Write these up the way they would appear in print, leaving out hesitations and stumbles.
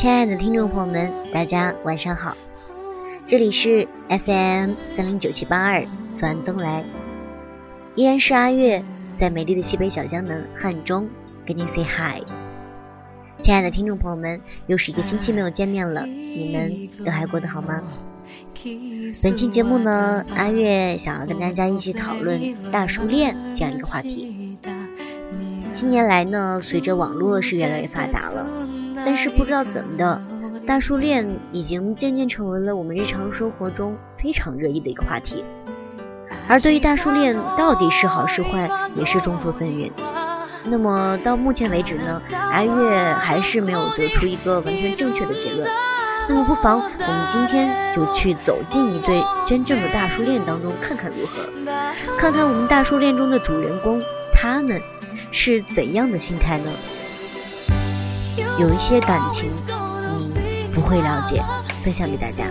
亲爱的听众朋友们，大家晚上好，这里是 FM309782 左岸东来，依然是阿月在美丽的西北小江南汉中跟您 say hi。 亲爱的听众朋友们，又是一个星期没有见面了，你们都还过得好吗？本期节目呢，阿月想要跟大家一起讨论大叔恋这样一个话题。近年来呢，随着网络是越来越发达了，但是不知道怎么的，大叔恋已经渐渐成为了我们日常生活中非常热议的一个话题。而对于大叔恋到底是好是坏，也是众说纷纭。那么到目前为止呢，阿月还是没有得出一个完全正确的结论。那么不妨我们今天就去走进一对真正的大叔恋当中看看如何，看看我们大叔恋中的主人公他们是怎样的心态呢？有一些感情你不会了解，分享给大家。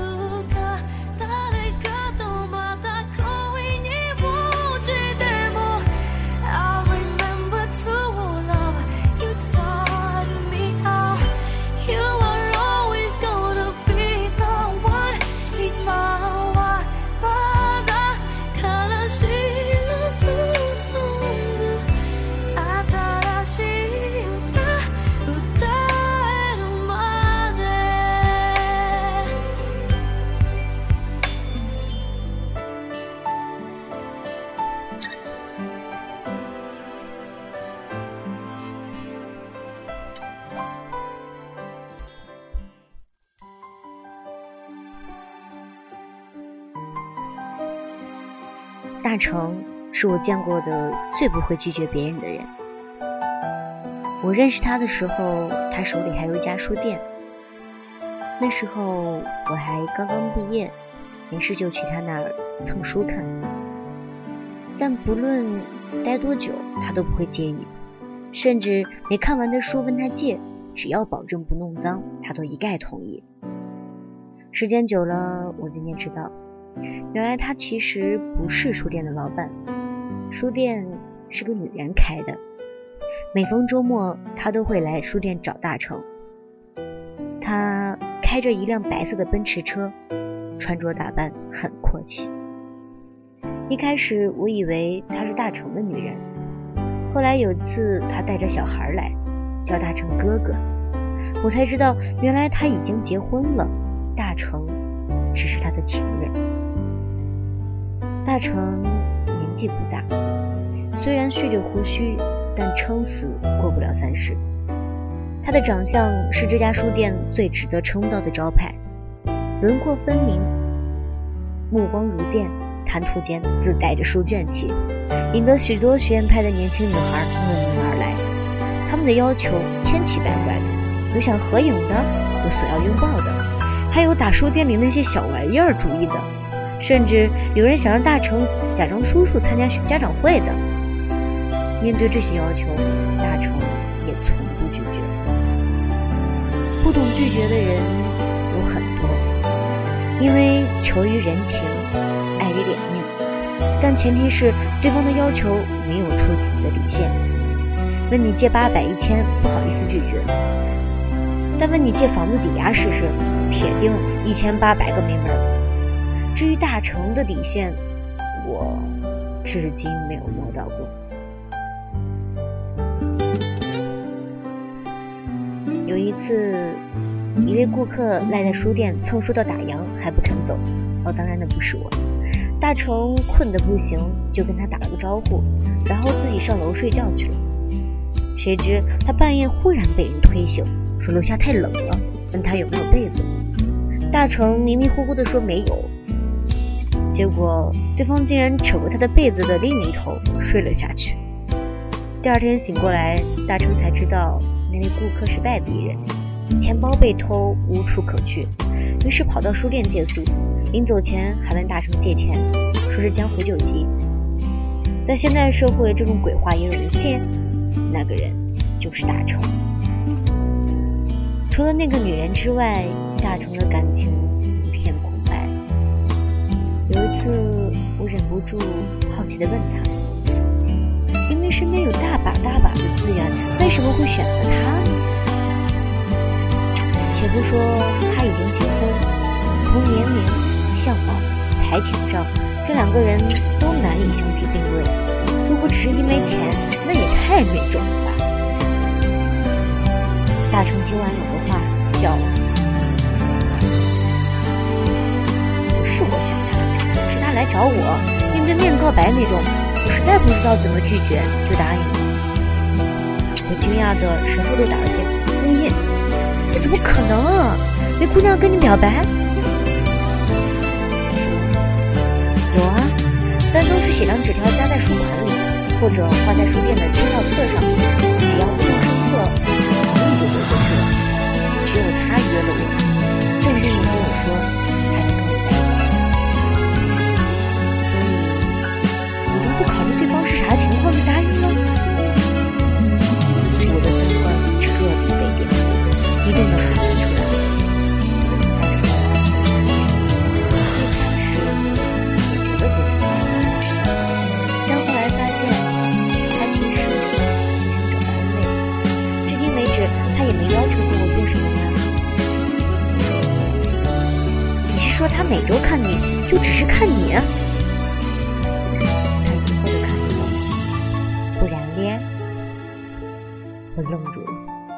大成是我见过的最不会拒绝别人的人。我认识他的时候，他手里还有一家书店。那时候我还刚刚毕业，没事就去他那儿蹭书看。但不论待多久，他都不会介意，甚至没看完的书问他借，只要保证不弄脏，他都一概同意。时间久了，我渐渐知道，原来他其实不是书店的老板，书店是个女人开的。每逢周末，他都会来书店找大成。他开着一辆白色的奔驰车，穿着打扮很阔气。一开始我以为她是大成的女人，后来有一次他带着小孩来，叫大成哥哥，我才知道原来他已经结婚了，大成只是他的情人。大成年纪不大，虽然蓄着胡须，但撑死过不了30。他的长相是这家书店最值得称道的招牌，轮廓分明，目光如电，谈吐间自带着书卷气，引得许多学院派的年轻女孩慕名而来。他们的要求千奇百怪的，有想合影的，有索要拥抱的，还有打书店里那些小玩意儿主意的，甚至有人想让大成假装叔叔参加家长会的。面对这些要求，大成也从不拒绝。不懂拒绝的人有很多，因为求于人情，爱于脸面，但前提是对方的要求没有触及你的底线。问你借800、1000，不好意思拒绝，但问你借房子抵押试试，铁定1800个没门。至于大成的底线，我至今没有摸到过。有一次，一位顾客赖在书店蹭书到打烊还不肯走，当然那不是我。大成困得不行，就跟他打了个招呼，然后自己上楼睡觉去了。谁知他半夜忽然被人推醒，说楼下太冷了，问他有没有被子。大成迷迷糊糊地说没有，结果对方竟然扯过他的被子的另一头睡了下去。第二天醒过来，大成才知道那位顾客是外地人，钱包被偷，无处可去，于是跑到书店借宿，临走前还问大成借钱，说是江湖救急。在现代社会，这种鬼话也有人信，那个人就是大成。除了那个女人之外，大成的感情一片空白。有一次我忍不住好奇地问他，明明身边有大把的资源，为什么会选择他呢？其且不说他已经结婚，从年龄、相貌、才情上，这2个人都难以相提并论。如果只是因为钱，那也太没种了吧。大成听完我的话，笑了。不是我选他，是他来找我，面对面告白那种，我实在不知道怎么拒绝，就答应了。我惊讶的舌头都打了结，你怎么可能啊？没姑娘跟你表白？他说有啊，但都是写张纸条夹在书款里，或者画在书店的签到册上，只要不动声色，很容易就回过去了。只有他约了我，正定的跟我说他要跟我在一起，所以你都不考虑对方是啥情况就答应了？我的三观彻底被颠覆，激动的喊了出来。最开始我觉得不但后来发现他其实只想找个安慰，至今为止他也没要求过我做什么呀。你是说他每周看你就只是看你？他疑惑的看着我，不然咧？我愣住了。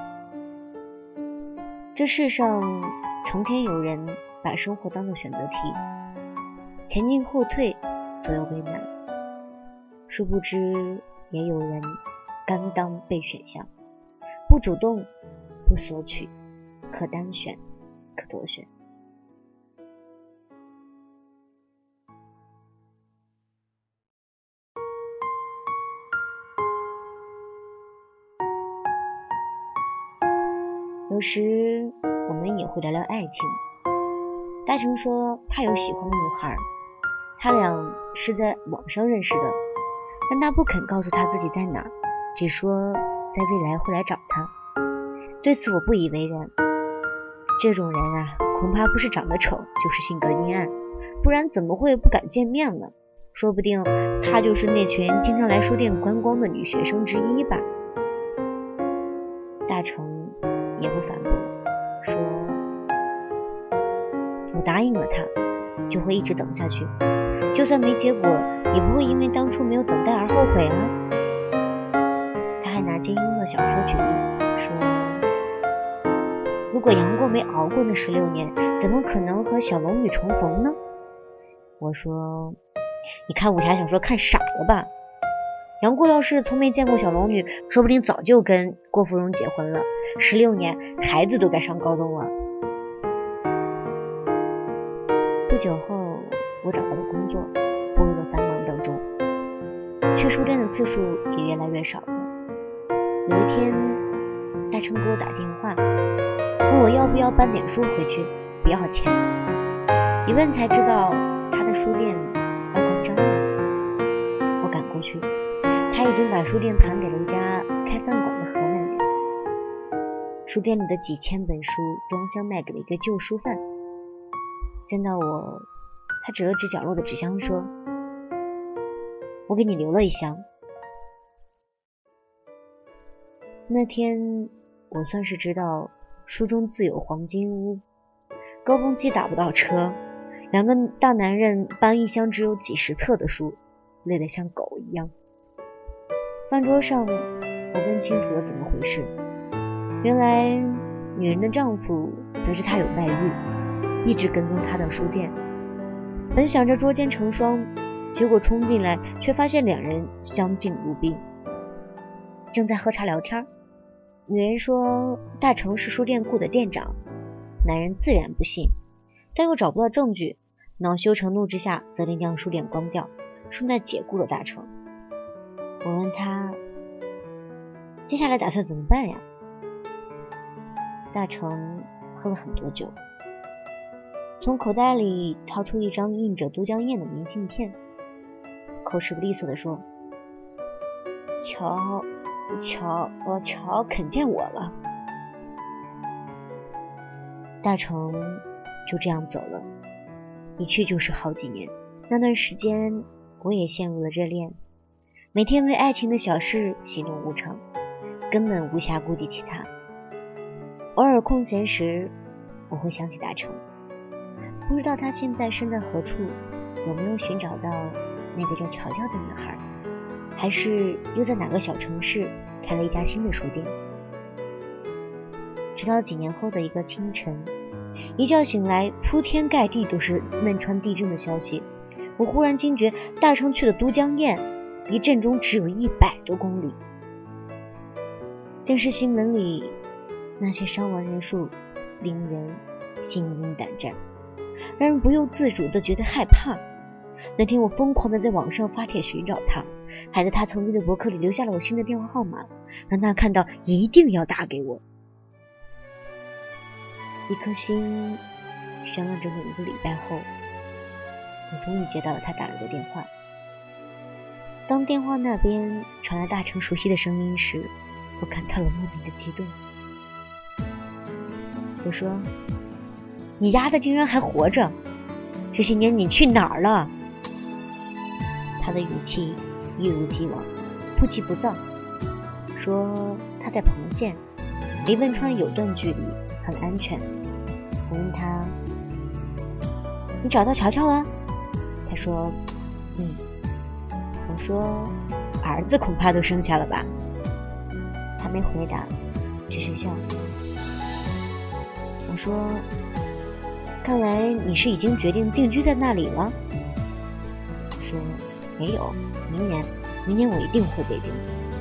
这世上成天有人把生活当作选择题，前进后退，左右为难，殊不知也有人甘当备选项，不主动，不索取，可单选，可多选。有时我们也会聊聊爱情。大成说他有喜欢的女孩，他俩是在网上认识的，但他不肯告诉他自己在哪，只说在未来会来找他。对此我不以为然，这种人啊，恐怕不是长得丑，就是性格阴暗，不然怎么会不敢见面呢？说不定他就是那群经常来书店观光的女学生之一吧。大成也不反驳，说我答应了他，就会一直等下去，就算没结果，也不会因为当初没有等待而后悔啊。他还拿金庸的小说举例，说如果杨过没熬过那16年，怎么可能和小龙女重逢呢？我说你看武侠小说看傻了吧，杨过要是从没见过小龙女，说不定早就跟郭芙蓉结婚了，16年孩子都该上高中了。不久后我找到了工作，步入了繁忙当中，去书店的次数也越来越少了。有一天大成给我打电话，问我要不要搬点书回去，不要钱。一问才知道他的书店要关张了。我赶过去，他已经把书店盘给了一家开饭馆的河南人。书店里的几千本书装箱卖给了一个旧书贩。见到我，他指了指角落的纸箱说，我给你留了一箱。那天我算是知道书中自有黄金屋，高峰期打不到车，2个大男人搬一箱只有几十册的书，累得像狗一样。饭桌上我问清楚了怎么回事，原来女人的丈夫得知她有外遇，一直跟踪她的书店。本想着捉奸成双，结果冲进来却发现2人相敬如宾，正在喝茶聊天。女人说大成是书店雇的店长，男人自然不信，但又找不到证据，恼羞成怒之下责令将书店关掉，顺带解雇了大成。我问他接下来打算怎么办呀？大成喝了很多酒，从口袋里掏出一张印着都江堰的明信片，口齿不利索地说，乔肯见我了。大成就这样走了，一去就是好几年。那段时间我也陷入了热恋，每天为爱情的小事喜怒无常，根本无暇顾及其他。偶尔空闲时我会想起大成。不知道他现在身在何处，有没有寻找到那个叫乔乔的女孩，还是又在哪个小城市开了一家新的书店。直到几年后的一个清晨，一觉醒来，铺天盖地都是汶川地震的消息。我忽然惊觉，大成去的都江堰离震中只有100多公里。电视新闻里那些伤亡人数令人心惊胆战，让人不由自主地觉得害怕。那天我疯狂地在网上发帖寻找他，还在他曾经的博客里留下了我新的电话号码，让他看到一定要打给我。一颗心伤了整整1个礼拜后，我终于接到了他打来的电话。当电话那边传来大成熟悉的声音时，我感到了莫名的激动。我说：“你丫的竟然还活着！这些年你去哪儿了？”他的语气一如既往，不急不躁，说他在彭县，离汶川有段距离，很安全。我问他：“你找到乔乔了？”他说：“我说：“儿子恐怕都生下了吧？”他没回答，只是笑。我说：“看来你是已经决定定居在那里了？”说：“没有，明年我一定回北京。”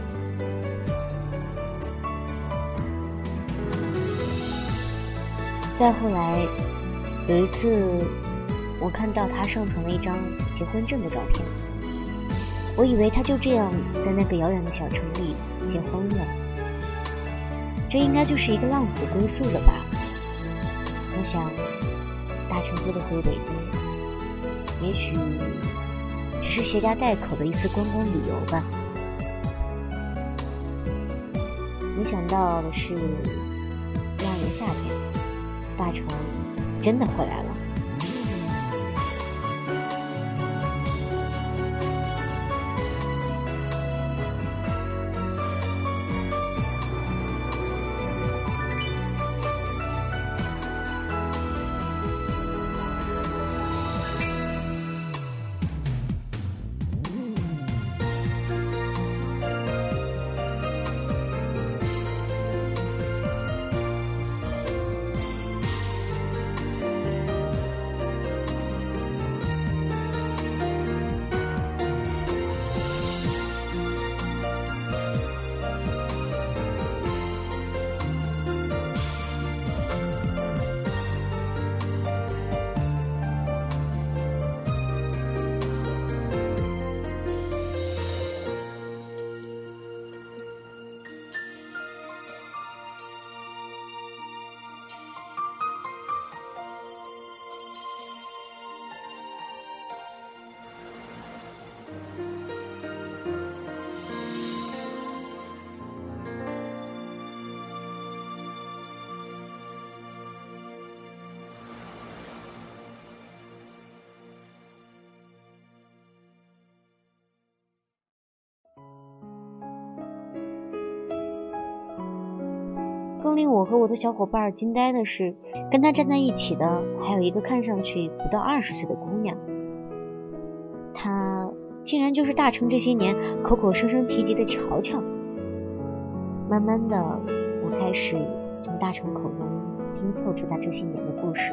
再后来，有一次我看到他上传了一张结婚证的照片，我以为他就这样在那个遥远的小城里结婚了，这应该就是一个浪子的归宿了吧。我想大成哥的回北京也许只是携家带口的一次观光旅游吧。没想到的是，第2年夏天，大成真的回来了。更令我和我的小伙伴惊呆的是，跟他站在一起的还有一个看上去不到20岁的姑娘，她竟然就是大成这些年口口声声提及的乔乔。慢慢的，我开始从大成口中拼凑出他这些年的故事。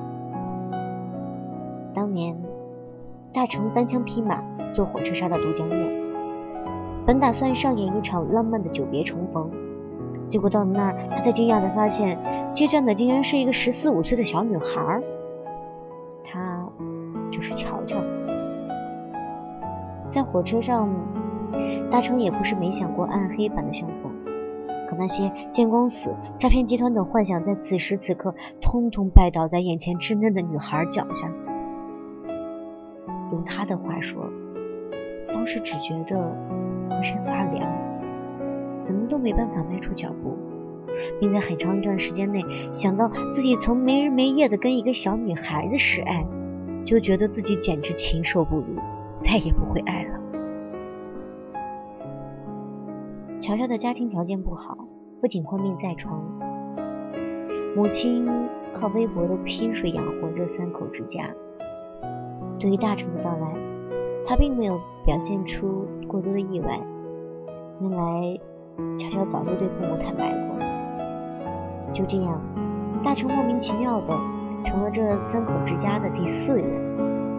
当年大成单枪匹马坐火车杀到都江堰，本打算上演一场浪漫的久别重逢，结果到了那儿，他才惊讶地发现接站的竟然是一个14、15岁的小女孩，她就是乔乔。在火车上，大成也不是没想过暗黑版的相逢，可那些见光死、诈骗集团等幻想在此时此刻通通拜倒在眼前稚嫩的女孩脚下。用他的话说，当时只觉得浑身发凉，怎么都没办法迈出脚步，并在很长一段时间内想到自己曾没日没夜的跟一个小女孩子示爱，就觉得自己简直禽兽不如，再也不会爱了。乔乔的家庭条件不好，不仅患病在床，母亲靠微薄的薪水养活着3口之家。对于大成的到来，他并没有表现出过多的意外。原来乔乔早就对父母坦白过。就这样，大成莫名其妙的成了这3口之家的第4人。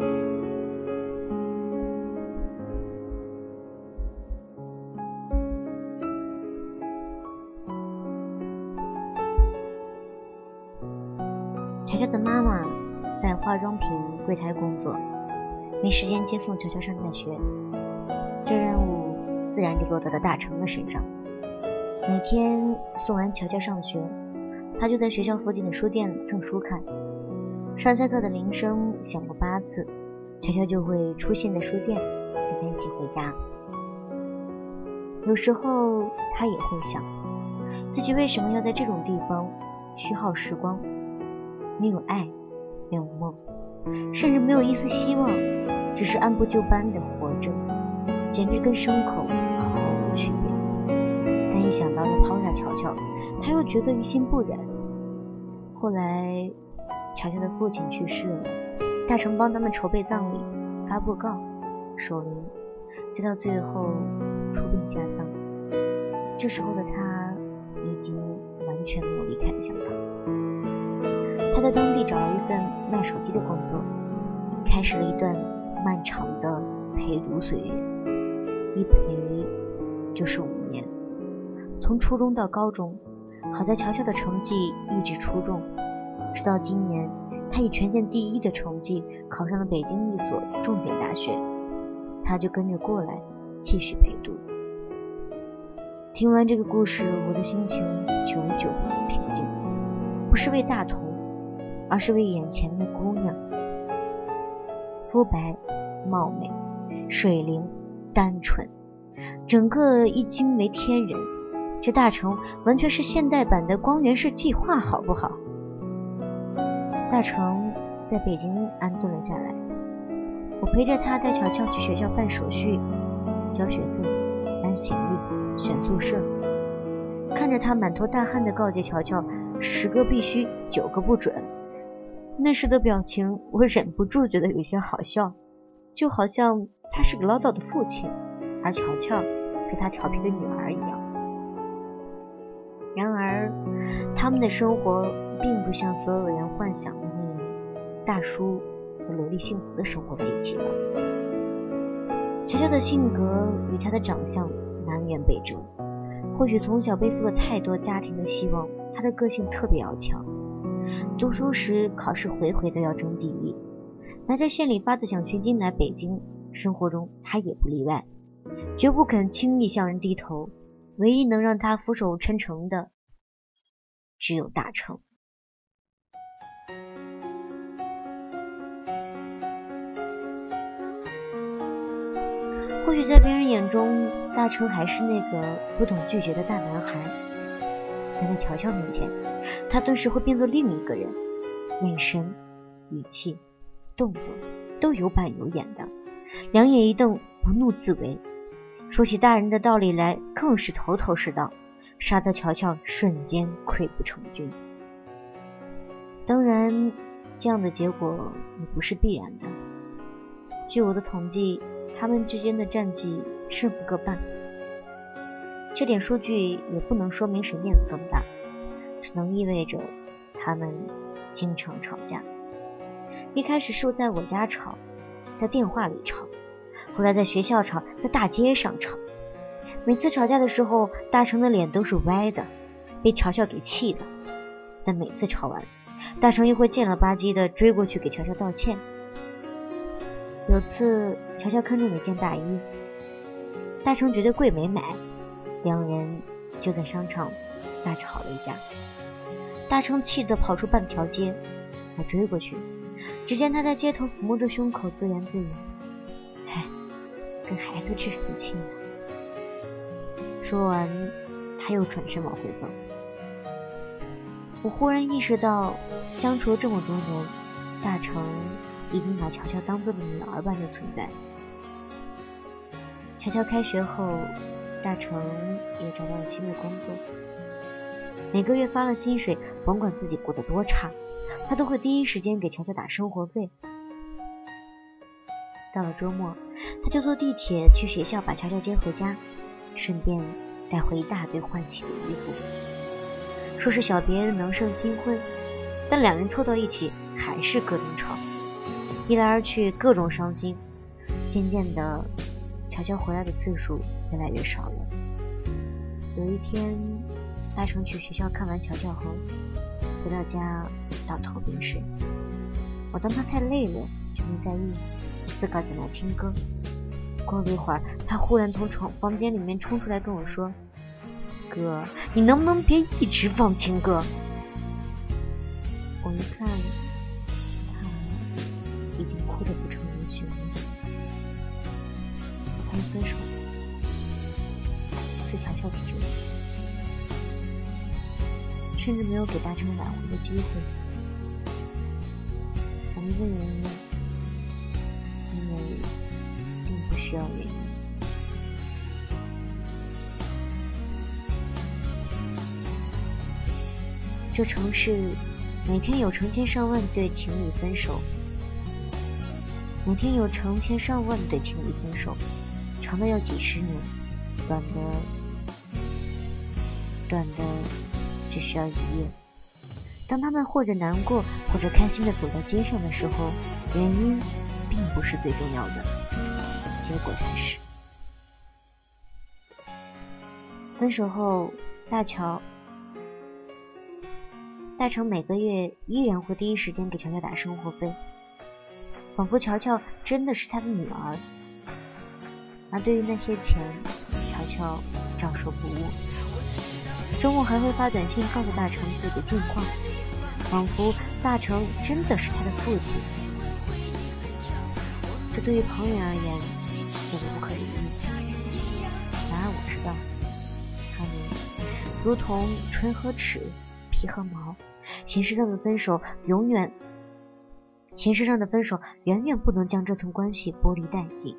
乔乔的妈妈在化妆品柜台工作，没时间接送乔乔上大学，这任务自然就落到了大成的身上。每天送完乔乔上学，他就在学校附近的书店蹭书看。上下课的铃声响过8次，乔乔就会出现在书店，跟他一起回家。有时候他也会想，自己为什么要在这种地方虚耗时光，没有爱，没有梦，甚至没有一丝希望，只是按部就班的活着，简直跟牲口毫无区别。但一想到要抛下乔乔，他又觉得于心不忍。后来乔乔的父亲去世了，大成帮他们筹备葬礼，发布告，守灵，再到最后出殡下葬。这时候的他已经完全没有离开的想法。他在当地找了一份卖手机的工作，开始了一段漫长的陪读岁月，一陪就是5年。从初中到高中，好在乔乔的成绩一直出众，直到今年他以全县第1的成绩考上了北京一所重点大学，他就跟着过来继续陪读。听完这个故事，我的心情久久不能平静，不是为大同，而是为眼前的姑娘。肤白貌美，水灵单纯，整个一惊为天人。这大成完全是现代版的光源氏计划，好不好？大成在北京安顿了下来，我陪着他带乔乔去学校办手续，交学费，搬行李，选宿舍，看着他满头大汗地告诫乔乔10个必须9个不准。那时的表情我忍不住觉得有些好笑，就好像他是个唠叨的父亲，而乔乔是他调皮的女儿一样。然而他们的生活并不像所有人幻想的那样，大叔和萝莉幸福的生活在一起了。乔乔的性格与他的长相南辕北辙，或许从小背负了太多家庭的希望，他的个性特别要强。读书时考试回回都要争第1，拿着县里发的奖学金来北京，生活中他也不例外，绝不肯轻易向人低头。唯一能让他俯首称臣的只有大成。或许在别人眼中，大成还是那个不懂拒绝的大男孩，但在乔乔面前，他顿时会变作另一个人，眼神、语气、动作都有板有眼的，两眼一瞪，不怒自威。说起大人的道理来更是头头是道，杀得乔乔瞬间溃不成军。当然这样的结果也不是必然的，据我的统计，他们之间的战绩胜负各半。这点数据也不能说明谁面子更大，只能意味着他们经常吵架。一开始是在我家吵，在电话里吵，后来在学校吵，在大街上吵。每次吵架的时候，大成的脸都是歪的，被乔乔给气的。但每次吵完，大成又会贱了吧唧的追过去给乔乔道歉。有次乔乔看中了一件大衣，大成觉得贵没买，两人就在商场大吵了一架。大成气得跑出半条街，我追过去，只见他在街头抚摸着胸口自言自语：哎，跟孩子置什么气呢？说完他又转身往回走。我忽然意识到，相处了这么多年，大成已经把乔乔当做了女儿般的存在。乔乔开学后，大成也找到了新的工作，每个月发了薪水，甭管自己过得多差， 他都会第一时间给乔乔打生活费。到了周末，他就坐地铁去学校把乔乔接回家，顺便带回一大堆换洗的衣服。说是小别能胜新婚，但两人凑到一起还是各种吵，一来二去各种伤心。渐渐的，乔乔回来的次数越来越少了。有一天，大成去学校看完乔乔后，回到家倒头便睡。我当他太累了，就没在意，自个儿在那听歌。过了一会儿，他忽然从房间里面冲出来跟我说：“哥，你能不能别一直放情歌？”我一看，他已经哭得不成人形了。他们分手了，是乔乔提出来的，甚至没有给大成挽回的机会。我没问原因，因为并不需要原因。这城市每天有成千上万对情侣分手，每天有成千上万对情侣分手，长的要几十年，短的只需要一夜。当他们或者难过或者开心的走在街上的时候，原因并不是最重要的，结果才是。分手后，大成每个月依然会第一时间给乔乔打生活费，仿佛乔乔真的是他的女儿。而对于那些钱，乔乔照收不误。周末还会发短信告诉大成自己的近况，仿佛大成真的是他的父亲。这对于旁人而言似乎不可理喻，然而我知道，他们如同唇和齿，皮和毛，形式上的分手远远不能将这层关系剥离殆尽。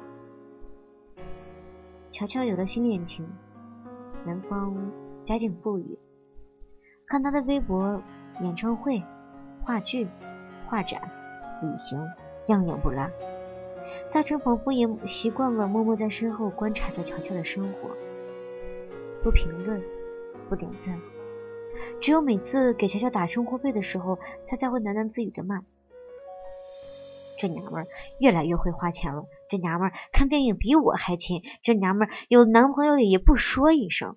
乔乔有了新恋情，男方家境富裕，看他的微博，演唱会、话剧、画展、旅行，样样不落。大成仿佛也习惯了默默在身后观察着乔乔的生活，不评论，不点赞，只有每次给乔乔打生活费的时候，他才会喃喃自语的骂：“这娘们儿越来越会花钱了，这娘们儿看电影比我还勤，这娘们儿有男朋友也不说一声。”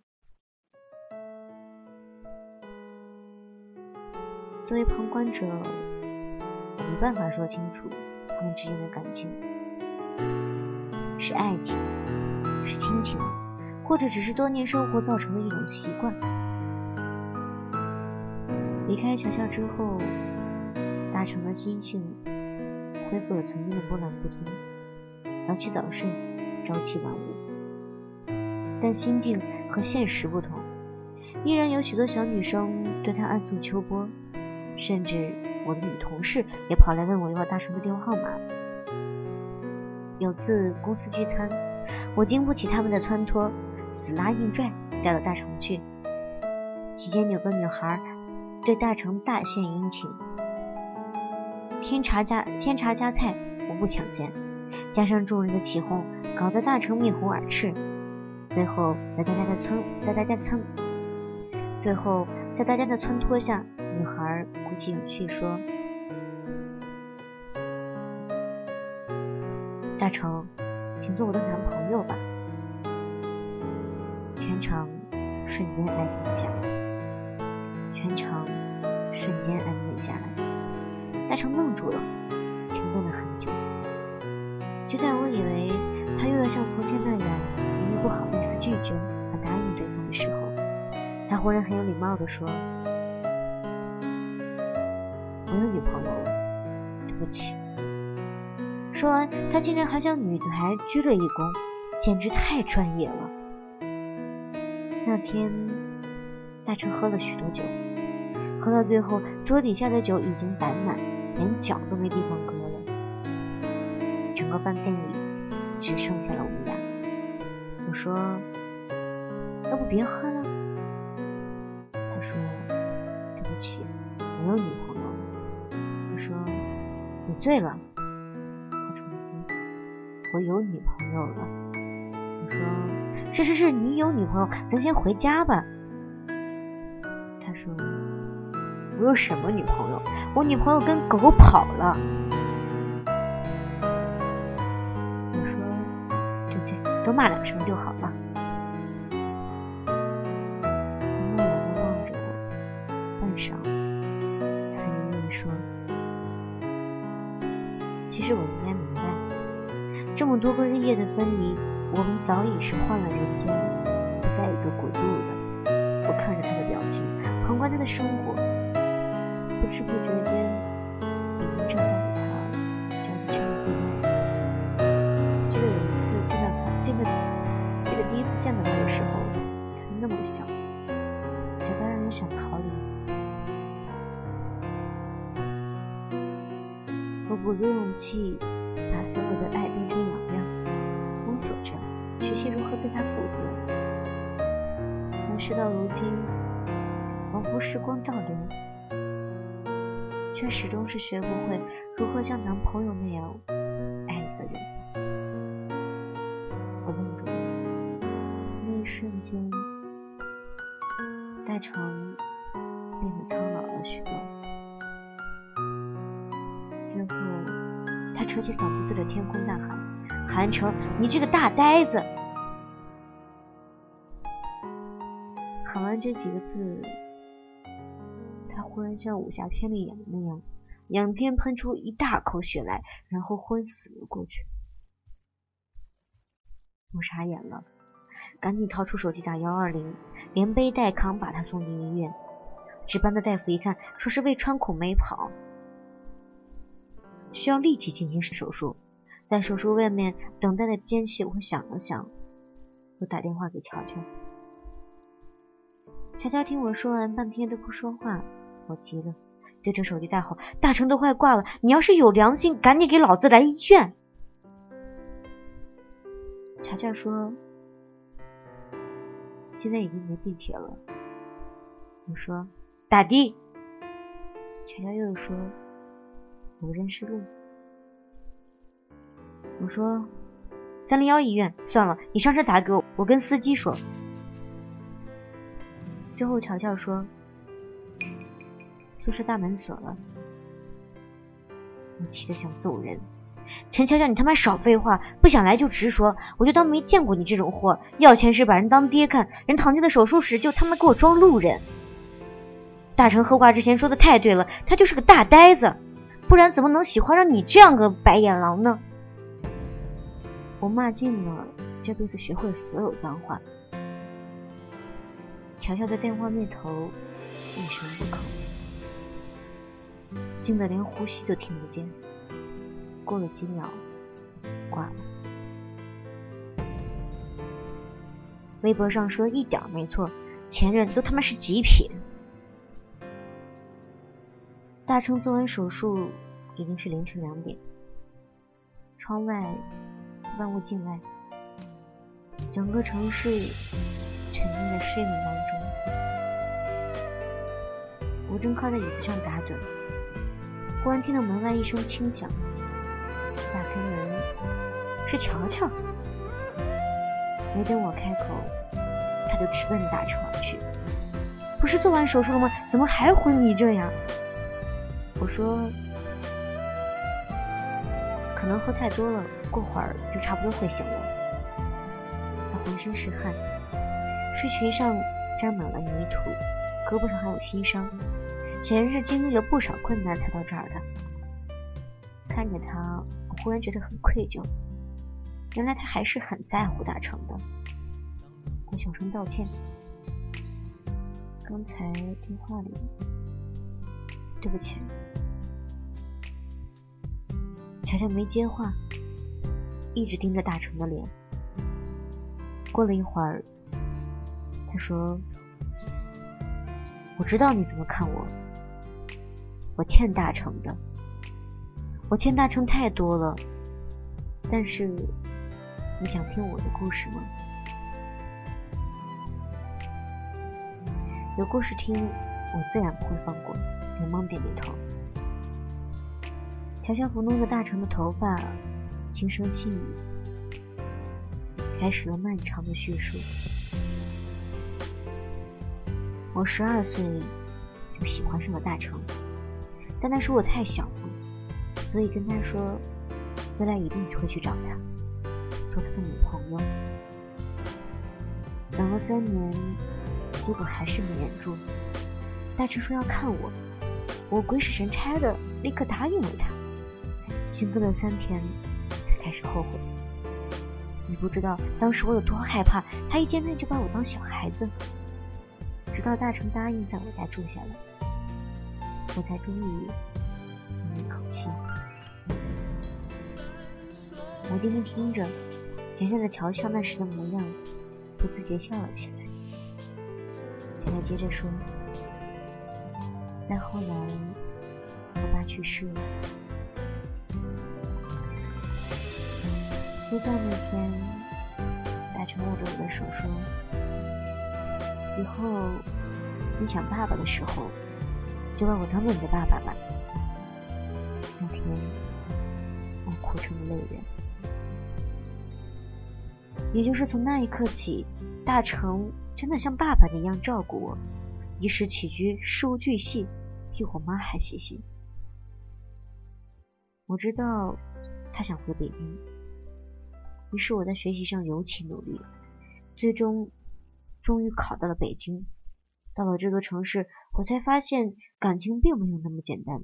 作为旁观者，没办法说清楚他们之间的感情是爱情，是亲情，或者只是多年生活造成的一种习惯。离开乔乔之后，大成的心性恢复了曾经的波澜不惊，早起早睡，朝气晚五。但心境和现实不同，依然有许多小女生对他暗送秋波，甚至我的女同事也跑来问我要大成的电话号码。有次公司聚餐，我经不起他们的撺掇，死拉硬拽带到大成去。期间有个女孩对大成大献殷勤，添茶加菜我不抢先，加上众人的起哄，搞得大成面红耳赤。最后在大家的撺掇下，女孩鼓起勇气说：“大成，请做我的男朋友吧。”全场瞬间安静下来，大成愣住了，停顿了很久。就在我以为他又要像从前那样因为不好意思拒绝而答应对方的时候，他忽然很有礼貌地说：“我有女朋友了，对不起。”说完，他竟然还向女孩鞠了一躬，简直太专业了。那天，大成喝了许多酒，喝到最后，桌底下的酒已经摆满，连脚都没地方搁了。整个饭店里只剩下了我们俩。我说：“要不别喝了？”他说：“对不起，我有女朋友了。” 说你醉了。他重复我有女朋友了。我说是，你有女朋友，咱先回家吧。他说我有什么女朋友？我女朋友跟狗跑了。我说对，多骂2声就好了。他默然地望着我，半晌，他才悠悠地说，其实我应该明白，这么多个日夜的分离，我们早已是换了人间，不在一个国度了。我看着他的表情，旁观他的生活，不知不觉间已经站到了他交际圈的最外。记得有一次见到他，记得第一次见到他的时候，他那么小，小到让人想逃离。我鼓足勇气，把所有的爱变成痒痒，摸索着学习如何对他负责。但事到如今，仿佛时光倒流，却始终是学不会如何像男朋友那样爱一个人。我愣住了，那一瞬间，大成变得苍老了许多。之后，他扯起嗓子对着天空大喊：“韩城，你这个大呆子！”喊完这几个字，他忽然像武侠片里演的那样，仰天喷出一大口血来，然后昏死了过去。我傻眼了，赶紧掏出手机打120，连背带扛把他送进医院。值班的大夫一看，说是胃穿孔没跑，需要立即进行手术。在手术外面等待的间隙，我想了想，我打电话给乔乔。乔乔听我说完，半天都不说话。我急了，对着手机大吼：“大成都快挂了，你要是有良心，赶紧给老子来医院！”乔乔说：“现在已经没地铁了。”我说：“打的。”乔乔又说：“我不认识路。”我说：“301医院，算了，你上车打给我，我跟司机说。”之后乔乔说：“宿舍大门锁了。”我气得想揍人。陈乔乔，你他妈少废话，不想来就直说，我就当没见过你这种货。要钱时把人当爹看，人躺进的手术室就他妈给我装路人。大成喝挂之前说的太对了，他就是个大呆子，不然怎么能喜欢上你这样个白眼狼呢？我骂尽了这辈子学会所有脏话。乔乔在电话那头一声不吭，静得连呼吸都听不见。过了几秒，挂了。微博上说的一点没错，前任都他妈是极品。大成做完手术已经是凌晨2点，窗外万物静哀，整个城市沉浸在睡梦当中。我正靠在椅子上打盹，忽然听到门外一声轻响，打开门是乔乔。没等我开口，他就直奔大成而去。不是做完手术了吗？怎么还昏迷这样？我说可能喝太多了，过会儿就差不多会醒了。他浑身是汗，睡裙上沾满了泥土，胳膊上还有新伤，显然是经历了不少困难才到这儿的。看着他，我忽然觉得很愧疚，原来他还是很在乎大成的。我小声道歉，刚才电话里对不起。乔乔没接话，一直盯着大成的脸。过了一会儿，他说：“我知道你怎么看我，我欠大成的，我欠大成太多了。但是，你想听我的故事吗？有故事听，我自然不会放过。”连忙点点头。 乔乔抚弄着大成的头发，轻声细语，开始了漫长的叙述。我12岁就喜欢上了大成，但那时我太小了，所以跟他说未来一定会去找他，做他的女朋友。等了3年，结果还是没忍住。大成说要看我鬼使神差的立刻答应了他。兴奋了3天，才开始后悔。你不知道当时我有多害怕，他一见面就把我当小孩子。直到大成答应在我家住下来，我才终于松了一口气。我静静听着，想象着乔乔那时的模样，不自觉笑了起来。乔乔接着说，再后来我爸去世了。睡觉那天，大成握着我的手说，以后你想爸爸的时候，就把我当做你的爸爸吧。那天我哭成了泪人。也就是从那一刻起，大成真的像爸爸一样照顾我，衣食起居事无巨细，比我妈还细心。我知道他想回北京，于是我在学习上尤其努力，终于考到了北京。到了这座城市，我才发现感情并没有那么简单。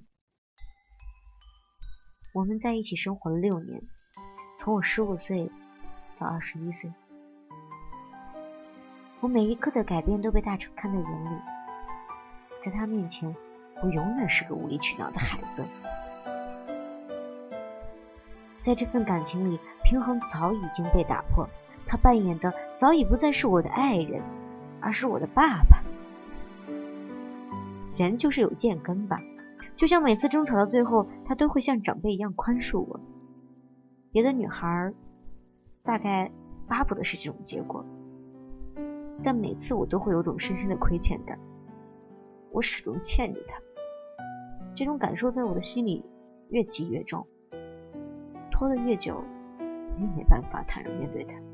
我们在一起生活了6年，从我15岁到21岁，我每一刻的改变都被大成看在眼里。在他面前，我永远是个无理取闹的孩子。在这份感情里，平衡早已经被打破，他扮演的早已不再是我的爱人，而是我的爸爸。人就是有贱根吧，就像每次争吵到最后，他都会像长辈一样宽恕我。别的女孩大概巴不得是这种结果，但每次我都会有种深深的亏欠感，我始终欠着他。这种感受在我的心里越积越重，拖得越久，越没办法坦然面对他。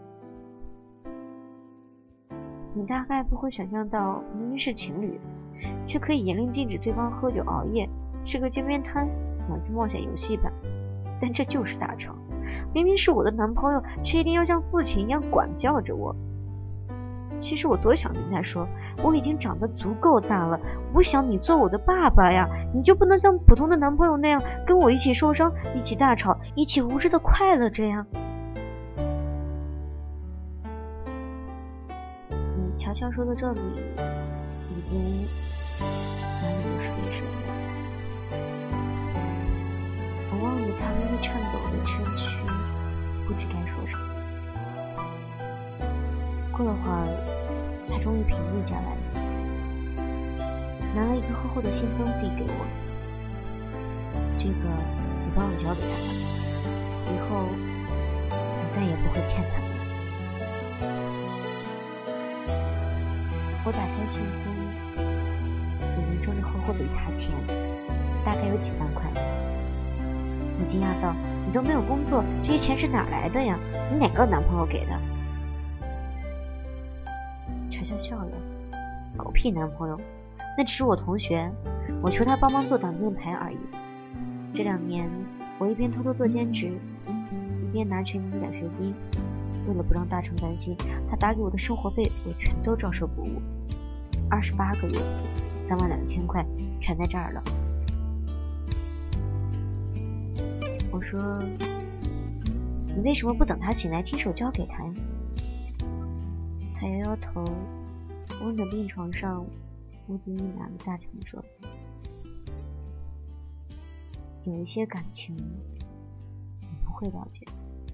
你大概不会想象到，明明是情侣，却可以严令禁止对方喝酒熬夜，是个街边摊，玩次冒险游戏吧。但这就是大成，明明是我的男朋友，却一定要像父亲一样管教着我。其实我多想跟他说，我已经长得足够大了，我想你做我的爸爸呀，你就不能像普通的男朋友那样跟我一起受伤，一起大吵，一起无知的快乐这样。乔乔说到这里，已经满眼都是泪水了。我望着他微微颤抖的身躯，不知该说什么。过了会儿，他终于平静下来了，拿了一个厚厚的信封递给我，这个你帮我交给他吧，以后我再也不会欠他的。我打开信封，里面装着厚厚的一沓钱，大概有几万块。我惊讶道，你都没有工作，这些钱是哪来的呀？你哪个男朋友给的？乔乔笑了，狗屁男朋友，那只是我同学，我求他帮忙做挡箭牌而已。这2年我一边偷偷做兼职，一边拿全勤奖学金。为了不让大成担心，他打给我的生活费我全都照收不误。28个月，32000块全在这儿了。我说，你为什么不等他醒来亲手交给他呀？他摇摇头，温着病床上屋子一男的大成说，有一些感情你不会了解。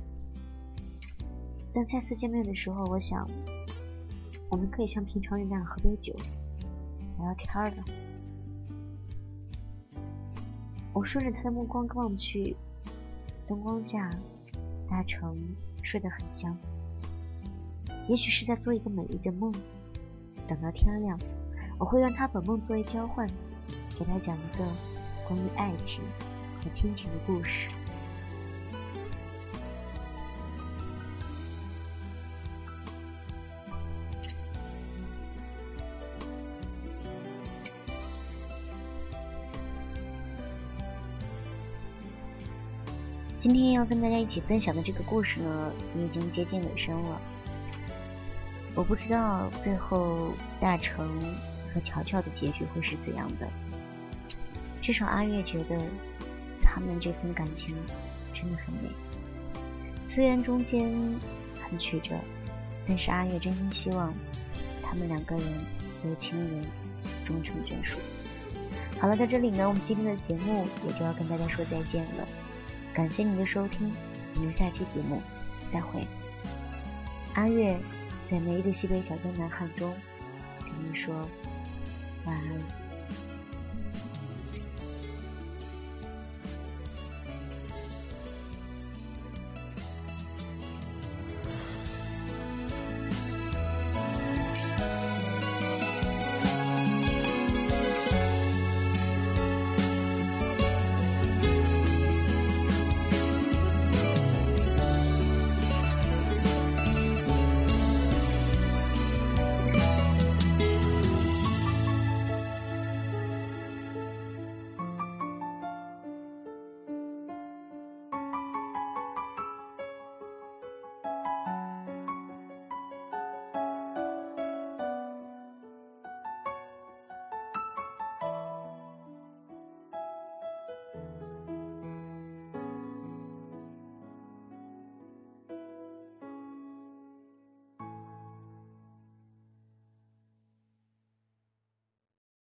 在再次见面的时候，我想我们可以像平常人那样喝杯酒聊聊天的。我顺着他的目光望去，灯光下大成睡得很香，也许是在做一个美丽的梦。等到天亮，我会让他把梦作为交换，给他讲一个关于爱情和亲情的故事。今天要跟大家一起分享的这个故事呢，也已经接近尾声了。我不知道最后大成和乔乔的结局会是怎样的，至少阿月觉得他们这份感情真的很美。虽然中间很曲折，但是阿月真心希望他们两个人有情人终成眷属。好了，在这里呢，我们今天的节目也就要跟大家说再见了。感谢您的收听，我们下期节目再会。阿月在美丽的西北小江南汉中跟你说晚安。